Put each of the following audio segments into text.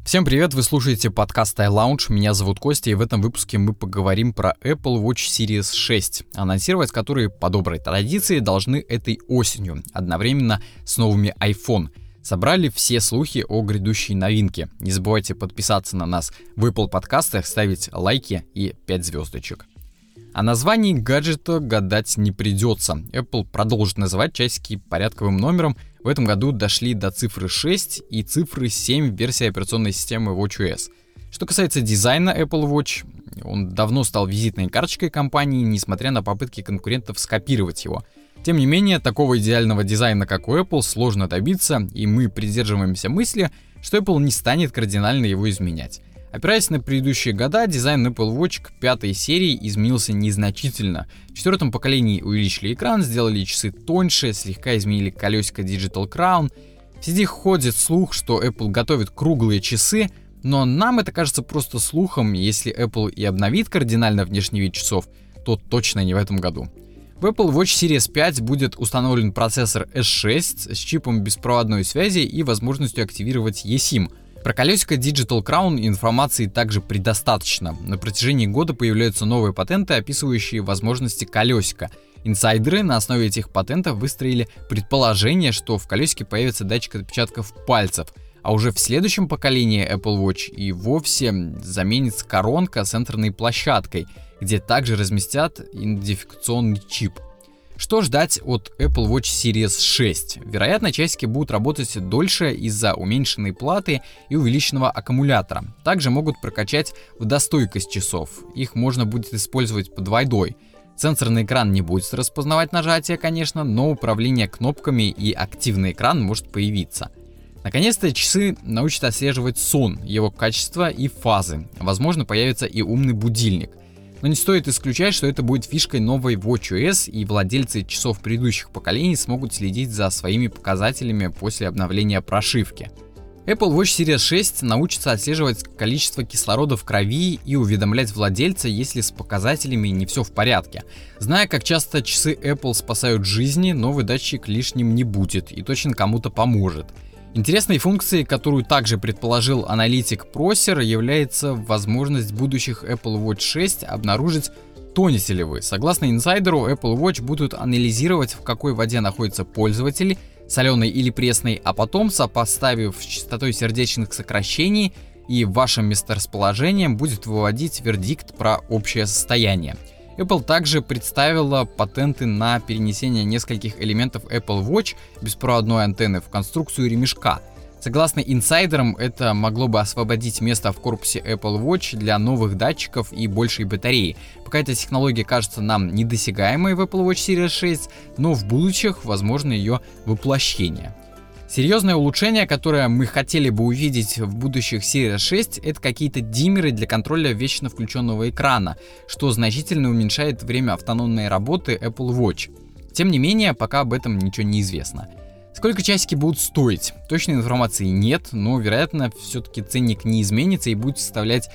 Всем привет, вы слушаете подкаст iLounge, меня зовут Костя, и в этом выпуске мы поговорим про Apple Watch Series 6, анонсировать которые по доброй традиции должны этой осенью, одновременно с новыми iPhone. Собрали все слухи о грядущей новинке. Не забывайте подписаться на нас в Apple подкастах, ставить лайки и 5 звездочек. О названии гаджета гадать не придется. Apple продолжит называть часики порядковым номером. В этом году дошли до цифры 6 и цифры 7 в версии операционной системы watchOS. Что касается дизайна Apple Watch, он давно стал визитной карточкой компании, несмотря на попытки конкурентов скопировать его. Тем не менее, такого идеального дизайна, как у Apple, сложно добиться, и мы придерживаемся мысли, что Apple не станет кардинально его изменять. Опираясь на предыдущие года, дизайн Apple Watch к пятой серии изменился незначительно. В четвертом поколении увеличили экран, сделали часы тоньше, слегка изменили колесико Digital Crown. В сети ходит слух, что Apple готовит круглые часы, но нам это кажется просто слухом. Если Apple и обновит кардинально внешний вид часов, то точно не в этом году. В Apple Watch Series 5 будет установлен процессор S6 с чипом беспроводной связи и возможностью активировать eSIM. Про колесико Digital Crown информации также предостаточно. На протяжении года появляются новые патенты, описывающие возможности колесика. Инсайдеры на основе этих патентов выстроили предположение, что в колесике появится датчик отпечатков пальцев, а уже в следующем поколении Apple Watch и вовсе заменится коронка сенсорной площадкой, где также разместят идентификационный чип. Что ждать от Apple Watch Series 6? Вероятно, часики будут работать дольше из-за уменьшенной платы и увеличенного аккумулятора. Также могут прокачать водостойкость часов. Их можно будет использовать под водой. Сенсорный экран не будет распознавать нажатия, конечно, но управление кнопками и активный экран может появиться. Наконец-то часы научат отслеживать сон, его качество и фазы. Возможно, появится и умный будильник. Но не стоит исключать, что это будет фишкой новой watchOS, и владельцы часов предыдущих поколений смогут следить за своими показателями после обновления прошивки. Apple Watch Series 6 научится отслеживать количество кислорода в крови и уведомлять владельца, если с показателями не все в порядке. Зная, как часто часы Apple спасают жизни, новый датчик лишним не будет и точно кому-то поможет. Интересной функцией, которую также предположил аналитик Prosser, является возможность будущих Apple Watch 6 обнаружить, тонете ли вы. Согласно инсайдеру, Apple Watch будут анализировать, в какой воде находится пользователь, соленой или пресной, а потом, сопоставив с частотой сердечных сокращений и вашим месторасположением, будет выводить вердикт про общее состояние. Apple также представила патенты на перенесение нескольких элементов Apple Watch беспроводной антенны в конструкцию ремешка. Согласно инсайдерам, это могло бы освободить место в корпусе Apple Watch для новых датчиков и большей батареи. Пока эта технология кажется нам недосягаемой в Apple Watch Series 6, но в будущих возможно ее воплощение. Серьезное улучшение, которое мы хотели бы увидеть в будущих Series 6, это какие-то диммеры для контроля вечно включенного экрана, что значительно уменьшает время автономной работы Apple Watch. Тем не менее, пока об этом ничего не известно. Сколько часики будут стоить? Точной информации нет, но, вероятно, все-таки ценник не изменится и будет составлять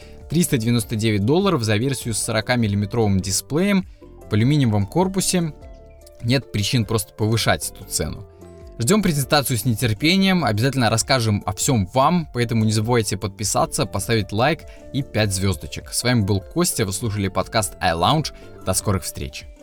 $399 за версию с 40-мм дисплеем в алюминиевом корпусе. Нет причин просто повышать эту цену. Ждем презентацию с нетерпением, обязательно расскажем о всем вам, поэтому не забывайте подписаться, поставить лайк и 5 звездочек. С вами был Костя, вы слушали подкаст iLounge, до скорых встреч.